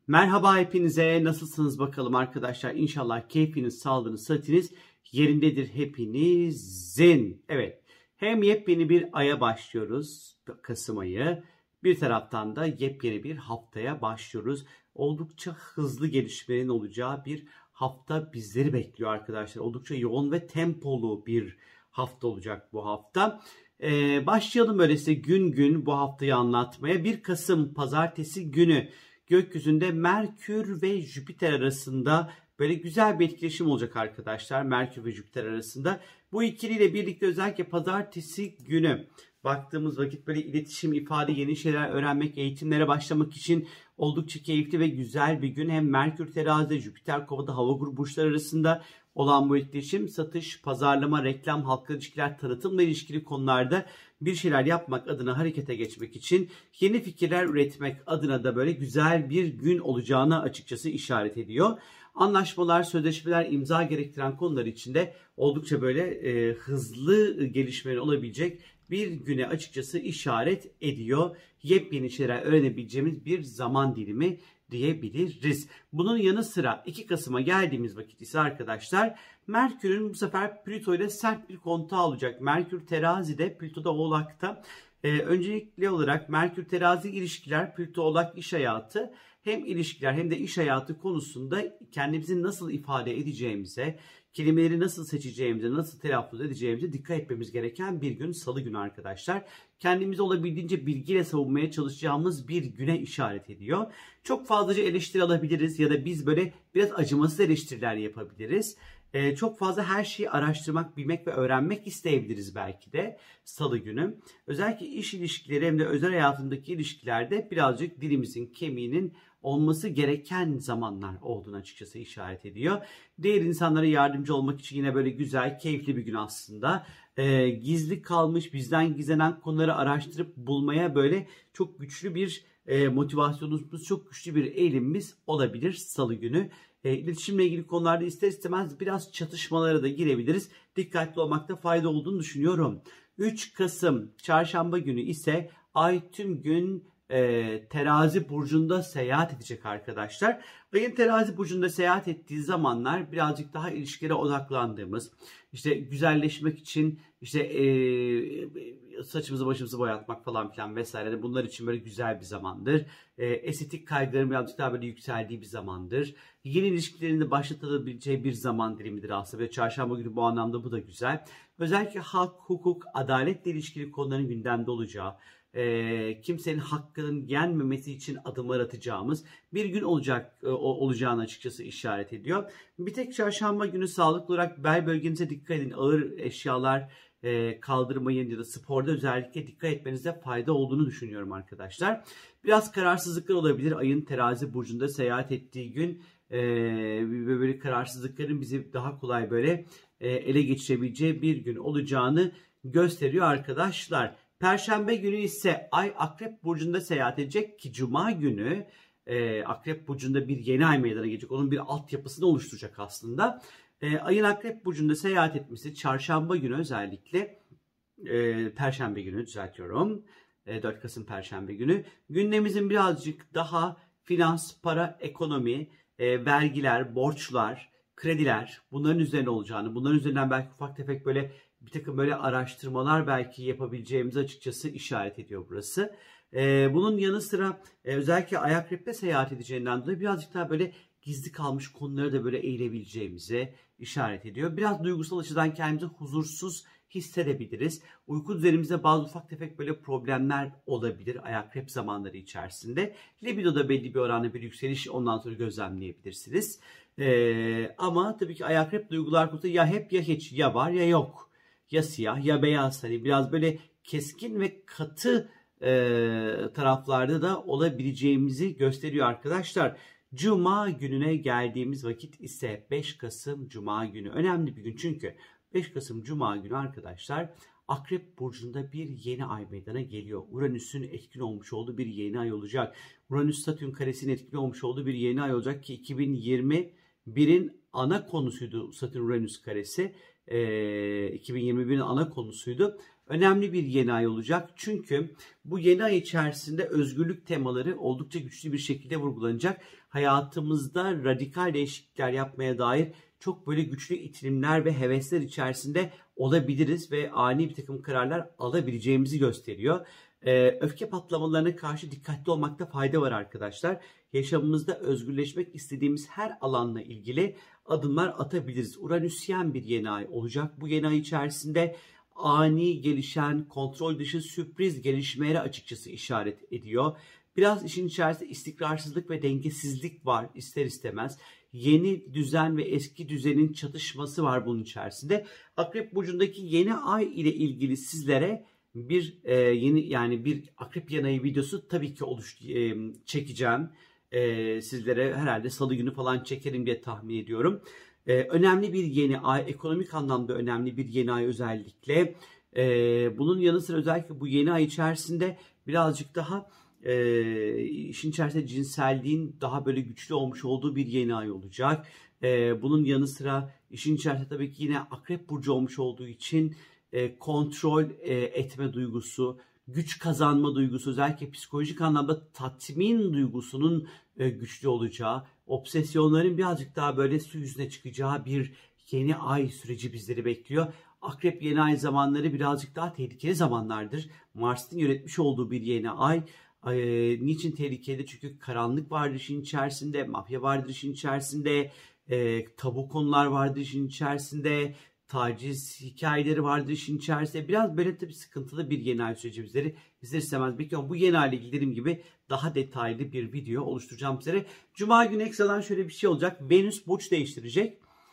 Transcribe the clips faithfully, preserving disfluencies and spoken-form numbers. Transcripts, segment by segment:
Merhaba hepinize, nasılsınız bakalım arkadaşlar? İnşallah keyfiniz, sağlığınız, sıhhatiniz yerindedir hepinizin. Evet, hem yepyeni bir aya başlıyoruz, Kasım ayı. Bir taraftan da yepyeni bir haftaya başlıyoruz. Oldukça hızlı gelişmelerin olacağı bir hafta bizleri bekliyor arkadaşlar. Oldukça yoğun ve tempolu bir hafta olacak bu hafta. Ee, başlayalım öyleyse gün gün bu haftayı anlatmaya. bir Kasım Pazartesi günü gökyüzünde Merkür ve Jüpiter arasında böyle güzel bir etkileşim olacak arkadaşlar. Merkür ve Jüpiter arasında. Bu ikiliyle birlikte özellikle pazartesi günü baktığımız vakit böyle iletişim, ifade, yeni şeyler öğrenmek, eğitimlere başlamak için oldukça keyifli ve güzel bir gün. Hem Merkür terazide, Jüpiter kovada, hava grubu burçlar arasında olan bu etkileşim satış, pazarlama, reklam, halkla ilişkiler, tanıtımla ilişkili konularda bir şeyler yapmak adına harekete geçmek için yeni fikirler üretmek adına da böyle güzel bir gün olacağına açıkçası işaret ediyor. Anlaşmalar, sözleşmeler, imza gerektiren konular içinde oldukça böyle e, hızlı gelişmeler olabilecek bir güne açıkçası işaret ediyor. Yepyeni şeyler öğrenebileceğimiz bir zaman dilimi diyebiliriz. Bunun yanı sıra iki Kasım'a geldiğimiz vakit ise arkadaşlar Merkür'ün bu sefer Plüto ile sert bir kontağı olacak. Merkür terazide, Plüto da oğlakta. Ee, öncelikli olarak Merkür terazi ilişkiler, Plüto oğlak iş hayatı, hem ilişkiler hem de iş hayatı konusunda kendimizi nasıl ifade edeceğimize, kelimeleri nasıl seçeceğimize, nasıl telaffuz edeceğimize dikkat etmemiz gereken bir gün, salı günü arkadaşlar. Kendimizi olabildiğince bilgiyle savunmaya çalışacağımız bir güne işaret ediyor. Çok fazlaca eleştiri alabiliriz ya da biz böyle biraz acımasız eleştiriler yapabiliriz. Ee, çok fazla her şeyi araştırmak, bilmek ve öğrenmek isteyebiliriz belki de salı günü. Özellikle iş ilişkileri hem de özel hayatındaki ilişkilerde birazcık dilimizin, kemiğinin olması gereken zamanlar olduğunu açıkçası işaret ediyor. Diğer insanlara yardımcı olmak için yine böyle güzel, keyifli bir gün aslında. Ee, gizli kalmış, bizden gizlenen konuları araştırıp bulmaya böyle çok güçlü bir e, motivasyonumuz, çok güçlü bir eğilimimiz olabilir salı günü. E, iletişimle ilgili konularda ister istemez biraz çatışmalara da girebiliriz. Dikkatli olmakta fayda olduğunu düşünüyorum. üç Kasım Çarşamba günü ise Ay tüm gün e, Terazi burcunda seyahat edecek arkadaşlar. Ayın Terazi burcunda seyahat ettiği zamanlar birazcık daha ilişkilere odaklandığımız, işte güzelleşmek için işte e, saçımızı başımızı boyatmak falan filan vesaire, bunlar için böyle güzel bir zamandır. E, estetik kaygıların birazcık daha böyle yükseldiği bir zamandır. Yeni ilişkilerin de başlatabileceği bir zaman dilimidir aslında ve çarşamba günü bu anlamda bu da güzel. Özellikle hak, hukuk, adaletle ilişkili konuların gündemde olacağı, e, kimsenin hakkının yenmemesi için adımlar atacağımız bir gün olacak e, olacağını açıkçası işaret ediyor. Bir tek çarşamba günü sağlıklı olarak bel bölgenize dikkat edin. Ağır eşyalar e, kaldırmayın ya da sporda özellikle dikkat etmenizde fayda olduğunu düşünüyorum arkadaşlar. Biraz kararsızlıklar olabilir. Ayın Terazi burcunda seyahat ettiği gün e, böyle kararsızlıkların bizi daha kolay böyle e, ele geçirebileceği bir gün olacağını gösteriyor arkadaşlar. Perşembe günü ise Ay Akrep burcunda seyahat edecek ki Cuma günü e, Akrep burcunda bir yeni ay meydana gelecek. Onun bir altyapısını oluşturacak aslında. E, Ayın Akrep burcunda seyahat etmesi Çarşamba günü özellikle e, Perşembe günü düzeltiyorum. E, dört Kasım Perşembe günü gündemimizin birazcık daha finans, para, ekonomi, e, vergiler, borçlar, krediler, bunların üzerine olacağını, bunların üzerinden belki ufak tefek böyle bir takım böyle araştırmalar belki yapabileceğimizi açıkçası işaret ediyor burası. Ee, bunun yanı sıra e, özellikle Ay Akrep'te seyahat edeceğinden dolayı birazcık daha böyle gizli kalmış konuları da böyle eğilebileceğimize işaret ediyor. Biraz duygusal açıdan kendimizi huzursuz hissedebiliriz. Uyku düzenimizde bazı ufak tefek böyle problemler olabilir Ay Akrep zamanları içerisinde. Libidoda belli bir oranda bir yükseliş ondan sonra gözlemleyebilirsiniz. Ee, ama tabii ki Ay Akrep duygular konusunda ya hep ya hiç, ya var ya yok. Ya siyah ya beyaz, hani biraz böyle keskin ve katı e, taraflarda da olabileceğimizi gösteriyor arkadaşlar. Cuma gününe geldiğimiz vakit ise beş Kasım Cuma günü önemli bir gün, çünkü beş Kasım Cuma günü arkadaşlar Akrep burcunda bir yeni ay meydana geliyor. Uranüs'ün etkin olmuş olduğu bir yeni ay olacak. Uranüs Satürn karesinin etkin olmuş olduğu bir yeni ay olacak ki iki bin yirmi birin ana konusuydu Satürn Uranüs karesi. iki bin yirmi birin ana konusuydu. önemli bir yeni ay olacak. Çünkü bu yeni ay içerisinde özgürlük temaları oldukça güçlü bir şekilde vurgulanacak. Hayatımızda radikal değişiklikler yapmaya dair çok böyle güçlü itilimler ve hevesler içerisinde olabiliriz ve ani bir takım kararlar alabileceğimizi gösteriyor. Ee, öfke patlamalarına karşı dikkatli olmakta fayda var arkadaşlar. Yaşamımızda özgürleşmek istediğimiz her alanla ilgili adımlar atabiliriz. Uranüsyen bir yeni ay olacak. Bu yeni ay içerisinde ani gelişen, kontrol dışı sürpriz gelişmelere açıkçası işaret ediyor. Biraz işin içerisinde istikrarsızlık ve dengesizlik var ister istemez. Yeni düzen ve eski düzenin çatışması var bunun içerisinde. Akrep burcundaki yeni ay ile ilgili sizlere bir e, yeni yani bir akrep yeni ayı videosu tabii ki oluş e, çekeceğim. E, sizlere herhalde salı günü falan çekerim diye tahmin ediyorum. E, önemli bir yeni ay, ekonomik anlamda önemli bir yeni ay özellikle. E, bunun yanı sıra özellikle bu yeni ay içerisinde birazcık daha e, işin içerisinde cinselliğin daha böyle güçlü olmuş olduğu bir yeni ay olacak. E, bunun yanı sıra işin içerisinde tabii ki yine akrep burcu olmuş olduğu için e, kontrol e, etme duygusu, güç kazanma duygusu, özellikle psikolojik anlamda tatmin duygusunun e, güçlü olacağı, obsesyonların birazcık daha böyle su yüzüne çıkacağı bir yeni ay süreci bizleri bekliyor. Akrep yeni ay zamanları birazcık daha tehlikeli zamanlardır. Mars'ın yönetmiş olduğu bir yeni ay. E, niçin tehlikeli? Çünkü karanlık vardır işin içerisinde, mafya vardır işin içerisinde, e, tabu konular vardır işin içerisinde, taciz hikayeleri vardır işin içerisinde. Biraz böyle tabii sıkıntılı bir yeni ay süreci bizleri ister istemez bekliyorum. Bu yeni ayla ilgili dediğim gibi daha detaylı bir video oluşturacağım sizlere. Cuma günü ekstradan şöyle bir şey olacak. Venüs burç değiştirecek.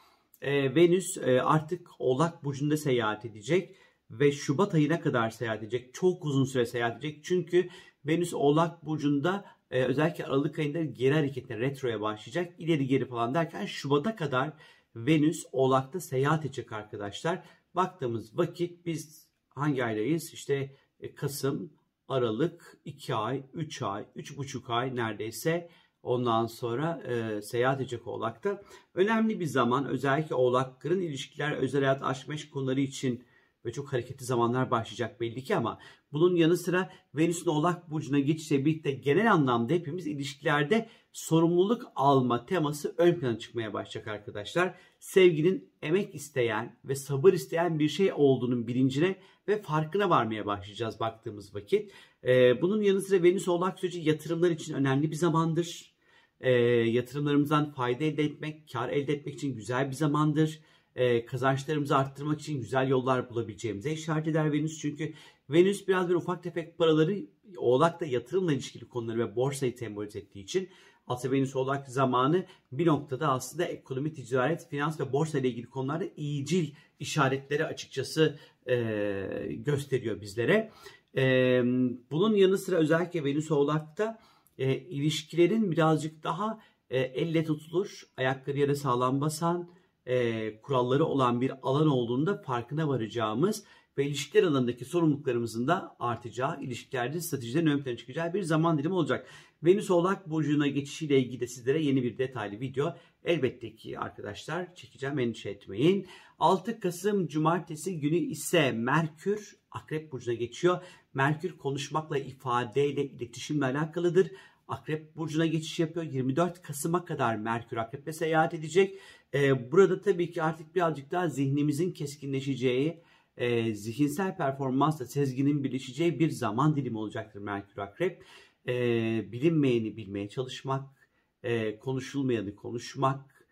Ee, Venüs e, artık Oğlak burcunda seyahat edecek ve Şubat ayına kadar seyahat edecek. Çok uzun süre seyahat edecek. Çünkü Venüs Oğlak burcunda e, özellikle Aralık ayında geri hareketine, retroya başlayacak. İleri geri falan derken Şubat'a kadar Venüs Oğlak'ta seyahat edecek arkadaşlar. Baktığımız vakit biz hangi aydayız? İşte Kasım, Aralık, iki ay, üç ay, üç buçuk ay neredeyse ondan sonra e, seyahat edecek Oğlak'ta. Önemli bir zaman, özellikle Oğlak'ın ilişkiler, özel hayat, aşk meşk konuları için ve çok hareketli zamanlar başlayacak belli ki, ama bunun yanı sıra Venüs'ün Oğlak burcuna geçişle birlikte genel anlamda hepimiz ilişkilerde sorumluluk alma teması ön plana çıkmaya başlayacak arkadaşlar. Sevginin emek isteyen ve sabır isteyen bir şey olduğunun bilincine ve farkına varmaya başlayacağız baktığımız vakit. Ee, bunun yanı sıra Venüs Oğlak süreci yatırımlar için önemli bir zamandır. Ee, yatırımlarımızdan fayda elde etmek, kar elde etmek için güzel bir zamandır. Ee, kazançlarımızı arttırmak için güzel yollar bulabileceğimize işaret eder Venüs. Çünkü Venüs biraz bir ufak tefek paraları Oğlak'ta yatırımla ilişkili konuları ve borsayı sembolize ettiği için aslında Venüs Oğlak zamanı bir noktada aslında ekonomi, ticaret, finans ve borsa ile ilgili konularda iyicil işaretleri açıkçası e, gösteriyor bizlere. E, bunun yanı sıra özellikle Venüs Oğlak'ta e, ilişkilerin birazcık daha e, elle tutulur, ayakları yere sağlam basan, e, kuralları olan bir alan olduğunda farkına varacağımız ve ilişkiler alanındaki sorumluluklarımızın da artacağı, ilişkilerde stratejilerin ön plana çıkacağı bir zaman dilimi olacak. Venüs Oğlak burcuna geçişiyle ilgili de sizlere yeni bir detaylı video elbette ki arkadaşlar çekeceğim, endişe etmeyin. altı Kasım Cumartesi günü ise Merkür Akrep burcuna geçiyor. Merkür konuşmakla, ifadeyle, iletişimle alakalıdır. Akrep burcuna geçiş yapıyor. yirmi dört Kasım'a kadar Merkür Akrep'e seyahat edecek. Ee, burada tabii ki artık birazcık daha zihnimizin keskinleşeceği, e, zihinsel performansla sezginin birleşeceği bir zaman dilimi olacaktır Merkür Akrep. E, bilinmeyeni bilmeye çalışmak, e, konuşulmayanı konuşmak,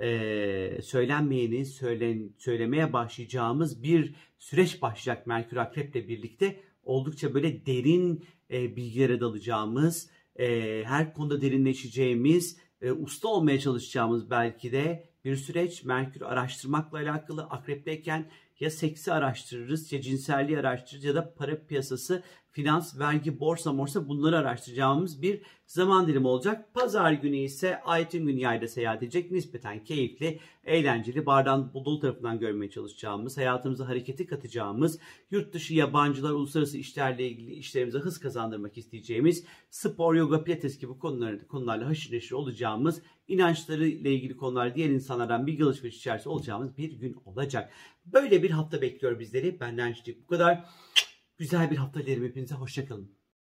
e, söylenmeyeni söylen, söylemeye başlayacağımız bir süreç başlayacak Merkür Akrep'le birlikte. Oldukça böyle derin e, bilgilere dalacağımız, e, her konuda derinleşeceğimiz, e, usta olmaya çalışacağımız belki de bir süreç. Merkür araştırmakla alakalı. Akrep'teyken ya seksi araştırırız, ya cinselliği araştırırız, ya da para piyasası, finans, vergi, borsa, morsa bunları araştıracağımız bir zaman dilimi olacak. Pazar günü ise Aytun günü yayda seyahat edecek. Nispeten keyifli, eğlenceli, bardağın dolu tarafından görmeye çalışacağımız, hayatımıza hareketi katacağımız, yurt dışı yabancılar, uluslararası işlerle ilgili işlerimize hız kazandırmak isteyeceğimiz, spor, yoga, pilates gibi konular, konularla haşır neşir olacağımız, inançları ile ilgili konular, diğer insanlardan bilgi alışveriş içerisinde olacağımız bir gün olacak. Böyle bir hafta bekliyor bizleri. Benden şimdilik bu kadar. Güzel bir hafta dilerim hepinize. Hoşça kalın.